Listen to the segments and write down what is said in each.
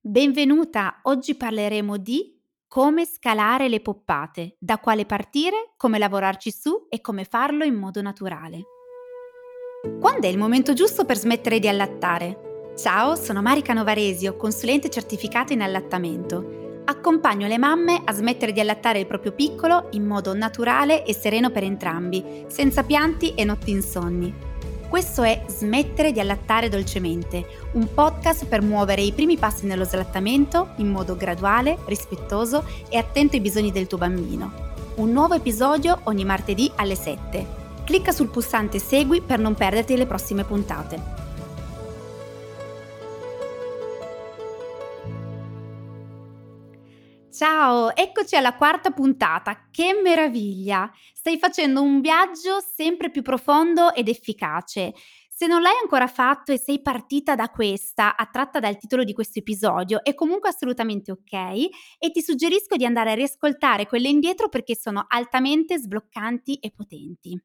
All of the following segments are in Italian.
Benvenuta! Oggi parleremo di come scalare le poppate, da quale partire, come lavorarci su e come farlo in modo naturale. Quando è il momento giusto per smettere di allattare? Ciao, sono Marica Novaresio, consulente certificata in allattamento. Accompagno le mamme a smettere di allattare il proprio piccolo in modo naturale e sereno per entrambi, senza pianti e notti insonni. Questo è Smettere di allattare dolcemente, un podcast per muovere i primi passi nello slattamento in modo graduale, rispettoso e attento ai bisogni del tuo bambino. Un nuovo episodio ogni martedì alle 7. Clicca sul pulsante Segui per non perderti le prossime puntate. Ciao, eccoci alla quarta puntata. Che meraviglia! Stai facendo un viaggio sempre più profondo ed efficace. Se non l'hai ancora fatto e sei partita da questa, attratta dal titolo di questo episodio, è comunque assolutamente ok e ti suggerisco di andare a riascoltare quelle indietro perché sono altamente sbloccanti e potenti.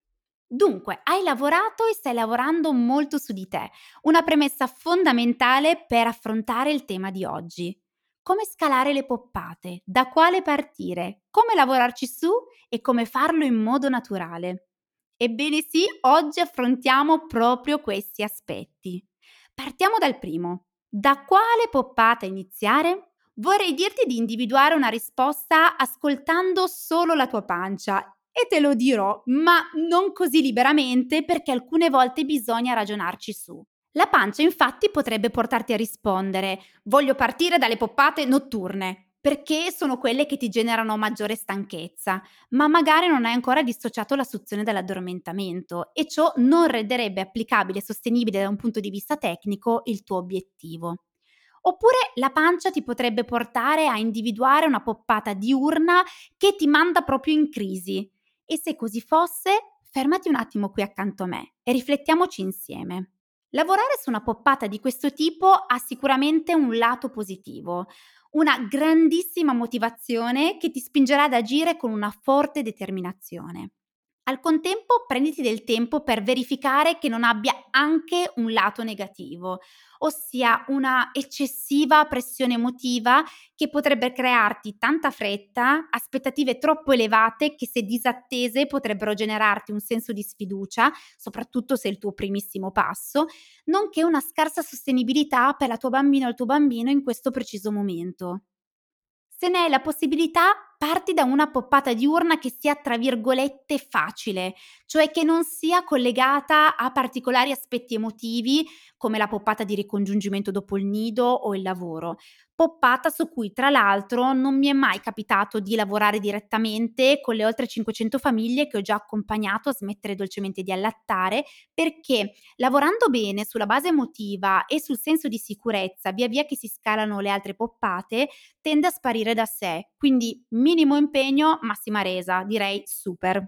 Dunque, hai lavorato e stai lavorando molto su di te, una premessa fondamentale per affrontare il tema di oggi. Come scalare le poppate? Da quale partire? Come lavorarci su e come farlo in modo naturale? Ebbene sì, oggi affrontiamo proprio questi aspetti. Partiamo dal primo. Da quale poppata iniziare? Vorrei dirti di individuare una risposta ascoltando solo la tua pancia e te lo dirò, ma non così liberamente perché alcune volte bisogna ragionarci su. La pancia infatti potrebbe portarti a rispondere: voglio partire dalle poppate notturne, perché sono quelle che ti generano maggiore stanchezza, ma magari non hai ancora dissociato la suzione dall'addormentamento e ciò non renderebbe applicabile e sostenibile da un punto di vista tecnico il tuo obiettivo. Oppure la pancia ti potrebbe portare a individuare una poppata diurna che ti manda proprio in crisi. E se così fosse, fermati un attimo qui accanto a me e riflettiamoci insieme. Lavorare su una poppata di questo tipo ha sicuramente un lato positivo, una grandissima motivazione che ti spingerà ad agire con una forte determinazione. Al contempo prenditi del tempo per verificare che non abbia anche un lato negativo, ossia una eccessiva pressione emotiva che potrebbe crearti tanta fretta, aspettative troppo elevate che se disattese potrebbero generarti un senso di sfiducia, soprattutto se è il tuo primissimo passo, nonché una scarsa sostenibilità per la tua bambina o il tuo bambino in questo preciso momento. Se ne hai la possibilità, parti da una poppata diurna che sia tra virgolette "facile", cioè che non sia collegata a particolari aspetti emotivi, come la poppata di ricongiungimento dopo il nido o il lavoro. Poppata su cui tra l'altro non mi è mai capitato di lavorare direttamente con le oltre 500 famiglie che ho già accompagnato a smettere dolcemente di allattare, perché lavorando bene sulla base emotiva e sul senso di sicurezza, via via che si scalano le altre poppate, tende a sparire da sé, quindi minimo impegno, massima resa, direi super.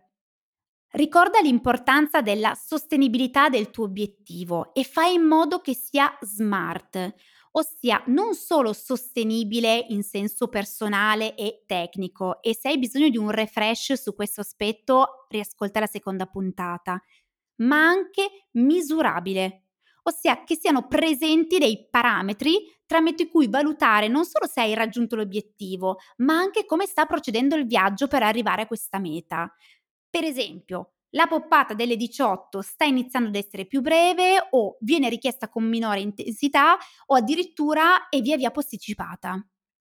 Ricorda l'importanza della sostenibilità del tuo obiettivo e fai in modo che sia smart, ossia non solo sostenibile in senso personale e tecnico, e se hai bisogno di un refresh su questo aspetto, riascolta la seconda puntata, ma anche misurabile, ossia che siano presenti dei parametri tramite cui valutare non solo se hai raggiunto l'obiettivo, ma anche come sta procedendo il viaggio per arrivare a questa meta. Per esempio, la poppata delle 18 sta iniziando ad essere più breve o viene richiesta con minore intensità o addirittura è via via posticipata.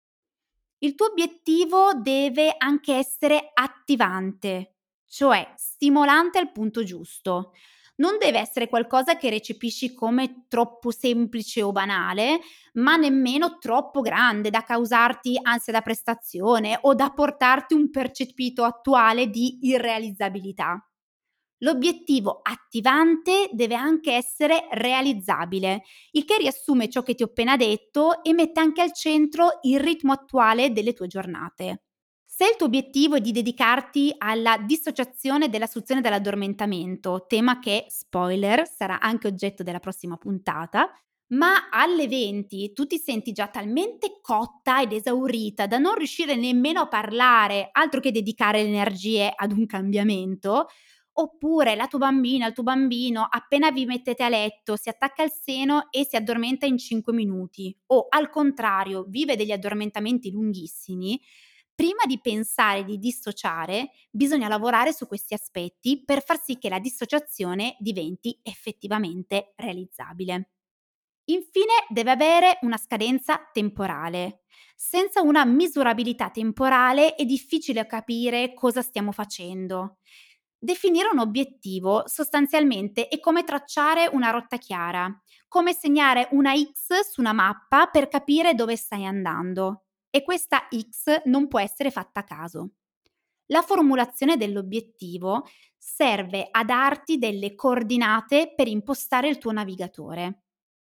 Il tuo obiettivo deve anche essere attivante, cioè stimolante al punto giusto. Non deve essere qualcosa che recepisci come troppo semplice o banale, ma nemmeno troppo grande da causarti ansia da prestazione o da portarti un percepito attuale di irrealizzabilità. L'obiettivo attivante deve anche essere realizzabile, il che riassume ciò che ti ho appena detto e mette anche al centro il ritmo attuale delle tue giornate. Se il tuo obiettivo è di dedicarti alla dissociazione della suzione dall'addormentamento, tema che, spoiler, sarà anche oggetto della prossima puntata, ma alle 20 tu ti senti già talmente cotta ed esaurita da non riuscire nemmeno a parlare, altro che dedicare le energie ad un cambiamento, Oppure la tua bambina, il tuo bambino, appena vi mettete a letto, si attacca al seno e si addormenta in 5 minuti, o al contrario, vive degli addormentamenti lunghissimi. Prima di pensare di dissociare, bisogna lavorare su questi aspetti per far sì che la dissociazione diventi effettivamente realizzabile. Infine deve avere una scadenza temporale. Senza una misurabilità temporale è difficile capire cosa stiamo facendo. Definire un obiettivo sostanzialmente è come tracciare una rotta chiara, come segnare una X su una mappa per capire dove stai andando. E questa X non può essere fatta a caso. La formulazione dell'obiettivo serve a darti delle coordinate per impostare il tuo navigatore.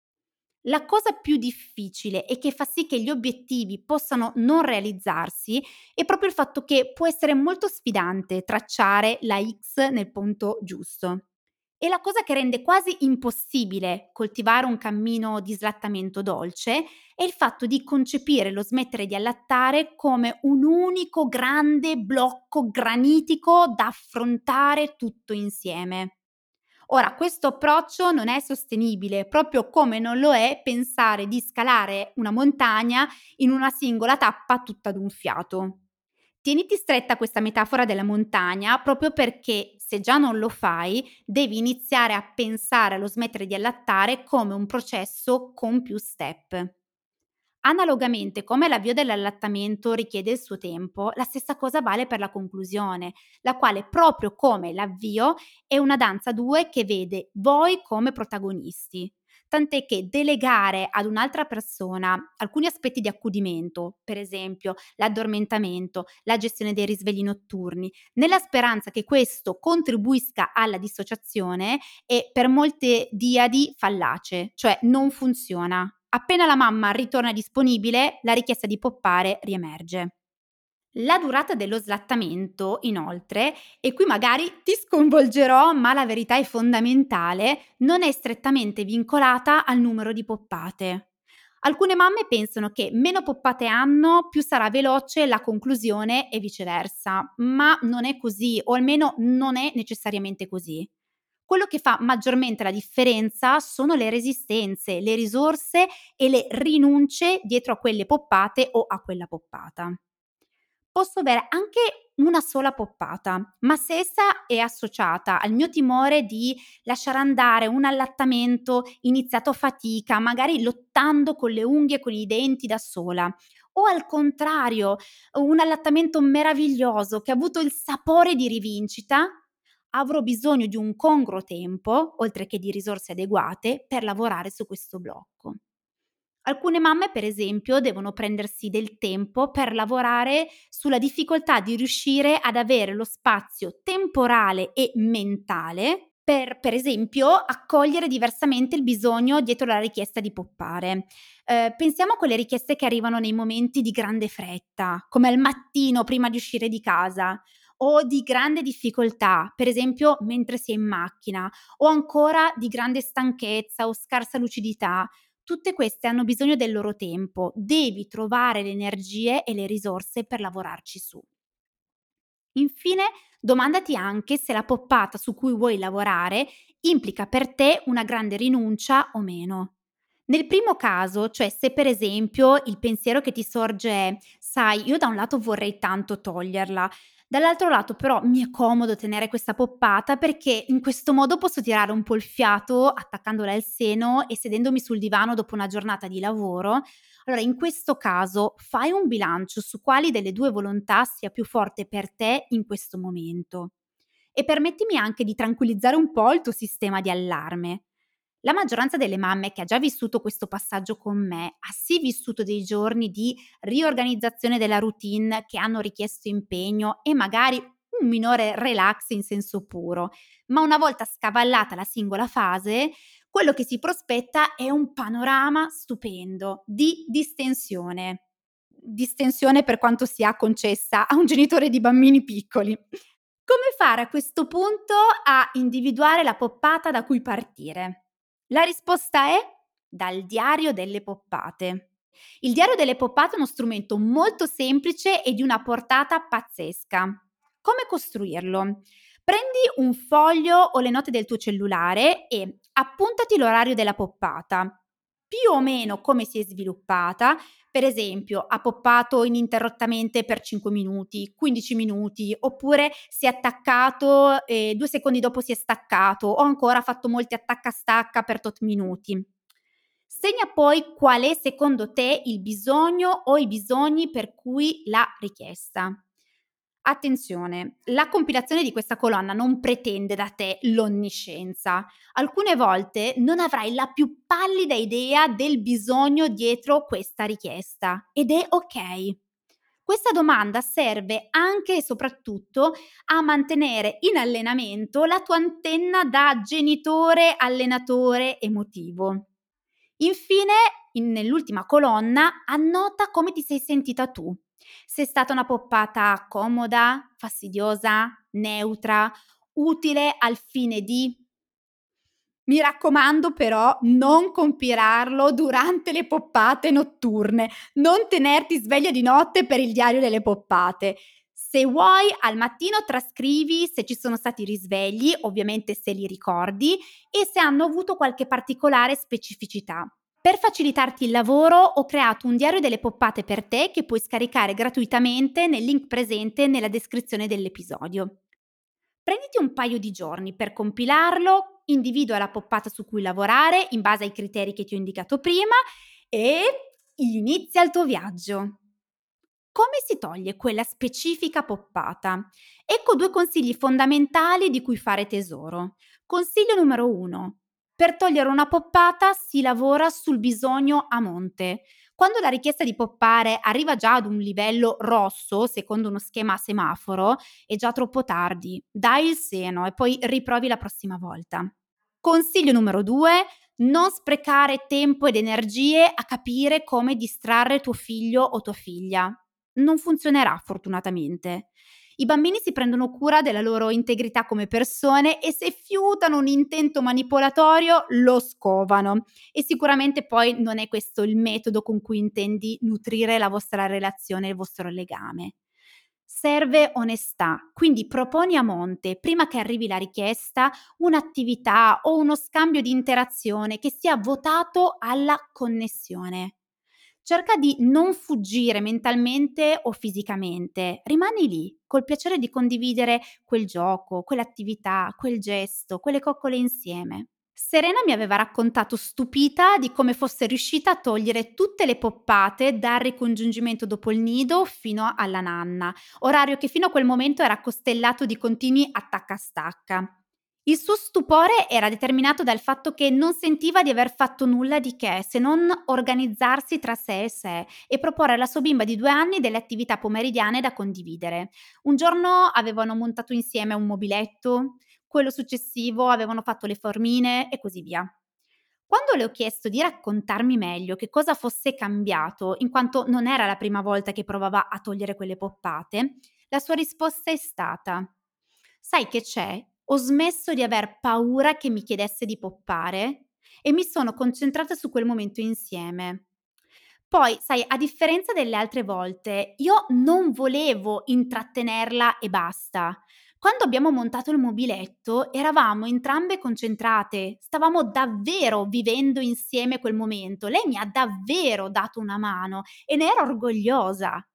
La cosa più difficile e che fa sì che gli obiettivi possano non realizzarsi è proprio il fatto che può essere molto sfidante tracciare la X nel punto giusto. E la cosa che rende quasi impossibile coltivare un cammino di slattamento dolce è il fatto di concepire lo smettere di allattare come un unico grande blocco granitico da affrontare tutto insieme. Ora, questo approccio non è sostenibile, proprio come non lo è pensare di scalare una montagna in una singola tappa tutta d'un fiato. Tieniti stretta questa metafora della montagna proprio perché se già non lo fai, devi iniziare a pensare allo smettere di allattare come un processo con più step. Analogamente come l'avvio dell'allattamento richiede il suo tempo, la stessa cosa vale per la conclusione, la quale proprio come l'avvio è una danza a due che vede voi come protagonisti. Tant'è che delegare ad un'altra persona alcuni aspetti di accudimento, per esempio l'addormentamento, la gestione dei risvegli notturni, nella speranza che questo contribuisca alla dissociazione, è per molte diadi fallace, cioè non funziona. Appena la mamma ritorna disponibile, la richiesta di poppare riemerge. La durata dello slattamento, inoltre, e qui magari ti sconvolgerò, ma la verità è fondamentale, non è strettamente vincolata al numero di poppate. Alcune mamme pensano che meno poppate hanno, più sarà veloce la conclusione e viceversa, ma non è così, o almeno non è necessariamente così. Quello che fa maggiormente la differenza sono le resistenze, le risorse e le rinunce dietro a quelle poppate o a quella poppata. Posso avere anche una sola poppata, ma se essa è associata al mio timore di lasciare andare un allattamento iniziato a fatica, magari lottando con le unghie e con i denti da sola, o al contrario, un allattamento meraviglioso che ha avuto il sapore di rivincita, avrò bisogno di un congruo tempo, oltre che di risorse adeguate, per lavorare su questo blocco. Alcune mamme, per esempio, devono prendersi del tempo per lavorare sulla difficoltà di riuscire ad avere lo spazio temporale e mentale per esempio, accogliere diversamente il bisogno dietro la richiesta di poppare. Pensiamo a quelle richieste che arrivano nei momenti di grande fretta, come al mattino prima di uscire di casa, o di grande difficoltà, per esempio mentre si è in macchina, o ancora di grande stanchezza o scarsa lucidità. Tutte queste hanno bisogno del loro tempo, devi trovare le energie e le risorse per lavorarci su. Infine, domandati anche se la poppata su cui vuoi lavorare implica per te una grande rinuncia o meno. Nel primo caso, cioè se per esempio il pensiero che ti sorge è, sai, io da un lato vorrei tanto toglierla, dall'altro lato però mi è comodo tenere questa poppata perché in questo modo posso tirare un po' il fiato attaccandola al seno e sedendomi sul divano dopo una giornata di lavoro. Allora, in questo caso fai un bilancio su quali delle due volontà sia più forte per te in questo momento. E permettimi anche di tranquillizzare un po' il tuo sistema di allarme. La maggioranza delle mamme che ha già vissuto questo passaggio con me ha sì vissuto dei giorni di riorganizzazione della routine che hanno richiesto impegno e magari un minore relax in senso puro, ma una volta scavallata la singola fase, quello che si prospetta è un panorama stupendo di distensione. Distensione per quanto sia concessa a un genitore di bambini piccoli. Come fare a questo punto a individuare la poppata da cui partire? La risposta è dal diario delle poppate. Il diario delle poppate è uno strumento molto semplice e di una portata pazzesca. Come costruirlo? Prendi un foglio o le note del tuo cellulare e appuntati l'orario della poppata, più o meno come si è sviluppata. Per esempio, ha poppato ininterrottamente per 5 minuti, 15 minuti, oppure si è attaccato e 2 secondi dopo si è staccato, o ancora ha fatto molti attacca-stacca per tot minuti. Segna poi qual è secondo te il bisogno o i bisogni per cui l'ha richiesta. Attenzione, la compilazione di questa colonna non pretende da te l'onniscienza. Alcune volte non avrai la più pallida idea del bisogno dietro questa richiesta ed è ok. Questa domanda serve anche e soprattutto a mantenere in allenamento la tua antenna da genitore allenatore emotivo. Infine, nell'ultima colonna, annota come ti sei sentita tu. Se è stata una poppata comoda, fastidiosa, neutra, utile al fine di. Mi raccomando però non compilarlo durante le poppate notturne, non tenerti sveglia di notte per il diario delle poppate. Se vuoi al mattino trascrivi se ci sono stati risvegli, ovviamente se li ricordi, e se hanno avuto qualche particolare specificità. Per facilitarti il lavoro ho creato un diario delle poppate per te che puoi scaricare gratuitamente nel link presente nella descrizione dell'episodio. Prenditi un paio di giorni per compilarlo, individua la poppata su cui lavorare in base ai criteri che ti ho indicato prima e inizia il tuo viaggio. Come si toglie quella specifica poppata? Ecco 2 consigli fondamentali di cui fare tesoro. Consiglio numero 1: per togliere una poppata si lavora sul bisogno a monte. Quando la richiesta di poppare arriva già ad un livello rosso, secondo uno schema a semaforo, è già troppo tardi. Dai il seno e poi riprovi la prossima volta. Consiglio numero 2: non sprecare tempo ed energie a capire come distrarre tuo figlio o tua figlia. Non funzionerà fortunatamente. I bambini si prendono cura della loro integrità come persone e se fiutano un intento manipolatorio lo scovano e sicuramente poi non è questo il metodo con cui intendi nutrire la vostra relazione, il vostro legame. Serve onestà, quindi proponi a monte, prima che arrivi la richiesta, un'attività o uno scambio di interazione che sia votato alla connessione. Cerca di non fuggire mentalmente o fisicamente, rimani lì, col piacere di condividere quel gioco, quell'attività, quel gesto, quelle coccole insieme. Serena mi aveva raccontato stupita di come fosse riuscita a togliere tutte le poppate dal ricongiungimento dopo il nido fino alla nanna, orario che fino a quel momento era costellato di continui attacca-stacca. Il suo stupore era determinato dal fatto che non sentiva di aver fatto nulla di che, se non organizzarsi tra sé e sé e proporre alla sua bimba di 2 anni delle attività pomeridiane da condividere. Un giorno avevano montato insieme un mobiletto, quello successivo avevano fatto le formine e così via. Quando le ho chiesto di raccontarmi meglio che cosa fosse cambiato, in quanto non era la prima volta che provava a togliere quelle poppate, la sua risposta è stata: sai che c'è? Ho smesso di aver paura che mi chiedesse di poppare e mi sono concentrata su quel momento insieme. Poi, sai, a differenza delle altre volte, io non volevo intrattenerla e basta. Quando abbiamo montato il mobiletto eravamo entrambe concentrate, stavamo davvero vivendo insieme quel momento. Lei mi ha davvero dato una mano e ne ero orgogliosa.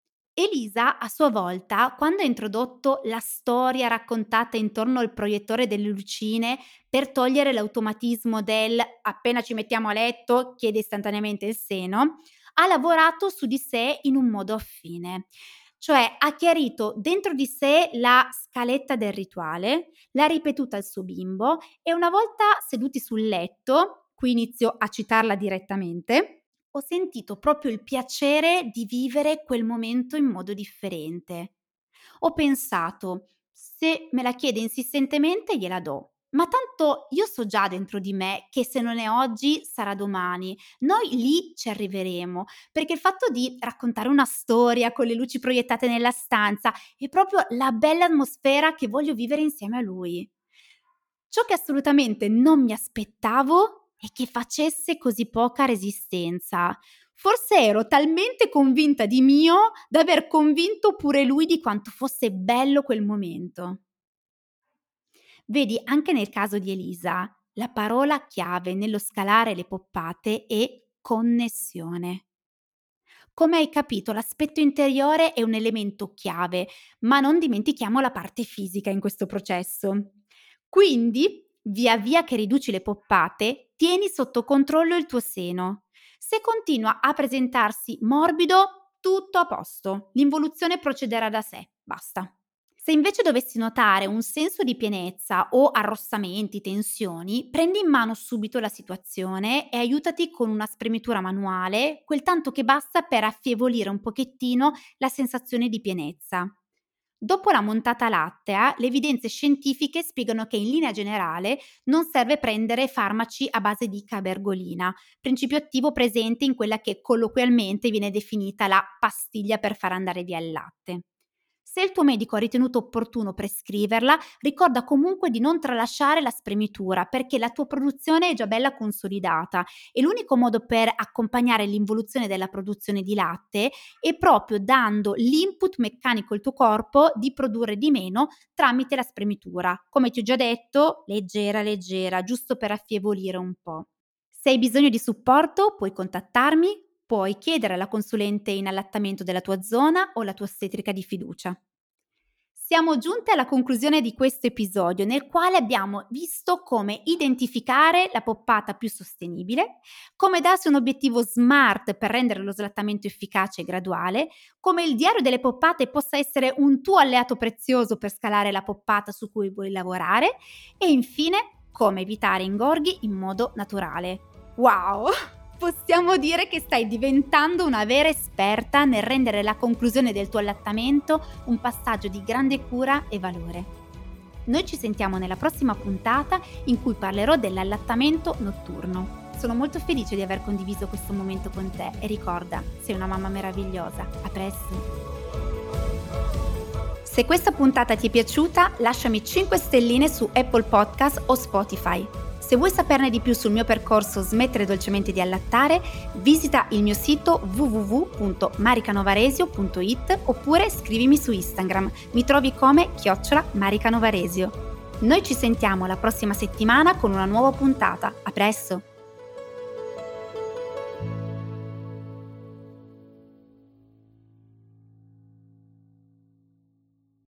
Elisa, a sua volta, quando ha introdotto la storia raccontata intorno al proiettore delle lucine per togliere l'automatismo del appena ci mettiamo a letto, chiede istantaneamente il seno, ha lavorato su di sé in un modo affine. Cioè ha chiarito dentro di sé la scaletta del rituale, l'ha ripetuta al suo bimbo e una volta seduti sul letto, qui inizio a citarla direttamente, ho sentito proprio il piacere di vivere quel momento in modo differente. Ho pensato: "Se me la chiede insistentemente gliela do, ma tanto io so già dentro di me che se non è oggi sarà domani. Noi lì ci arriveremo", perché il fatto di raccontare una storia con le luci proiettate nella stanza è proprio la bella atmosfera che voglio vivere insieme a lui. Ciò che assolutamente non mi aspettavo è che facesse così poca resistenza. Forse ero talmente convinta di mio da aver convinto pure lui di quanto fosse bello quel momento. Vedi, anche nel caso di Elisa, la parola chiave nello scalare le poppate è connessione. Come hai capito, l'aspetto interiore è un elemento chiave, ma non dimentichiamo la parte fisica in questo processo. Quindi, via via che riduci le poppate, tieni sotto controllo il tuo seno. Se continua a presentarsi morbido, tutto a posto, l'involuzione procederà da sé, basta. Se invece dovessi notare un senso di pienezza o arrossamenti, tensioni, prendi in mano subito la situazione e aiutati con una spremitura manuale, quel tanto che basta per affievolire un pochettino la sensazione di pienezza. Dopo la montata lattea, le evidenze scientifiche spiegano che in linea generale non serve prendere farmaci a base di cabergolina, principio attivo presente in quella che colloquialmente viene definita la pastiglia per far andare via il latte. Se il tuo medico ha ritenuto opportuno prescriverla, ricorda comunque di non tralasciare la spremitura perché la tua produzione è già bella consolidata e l'unico modo per accompagnare l'involuzione della produzione di latte è proprio dando l'input meccanico al tuo corpo di produrre di meno tramite la spremitura. Come ti ho già detto, leggera leggera, giusto per affievolire un po'. Se hai bisogno di supporto, puoi contattarmi, puoi chiedere alla consulente in allattamento della tua zona o la tua ostetrica di fiducia. Siamo giunte alla conclusione di questo episodio nel quale abbiamo visto come identificare la poppata più sostenibile, come darsi un obiettivo smart per rendere lo slattamento efficace e graduale, come il diario delle poppate possa essere un tuo alleato prezioso per scalare la poppata su cui vuoi lavorare e infine come evitare ingorghi in modo naturale. Wow! Possiamo dire che stai diventando una vera esperta nel rendere la conclusione del tuo allattamento un passaggio di grande cura e valore. Noi ci sentiamo nella prossima puntata in cui parlerò dell'allattamento notturno. Sono molto felice di aver condiviso questo momento con te e ricorda, sei una mamma meravigliosa. A presto! Se questa puntata ti è piaciuta, lasciami 5 stelline su Apple Podcast o Spotify. Se vuoi saperne di più sul mio percorso Smettere dolcemente di allattare, visita il mio sito www.maricanovaresio.it oppure scrivimi su Instagram. Mi trovi come @maricanovaresio. Noi ci sentiamo la prossima settimana con una nuova puntata. A presto!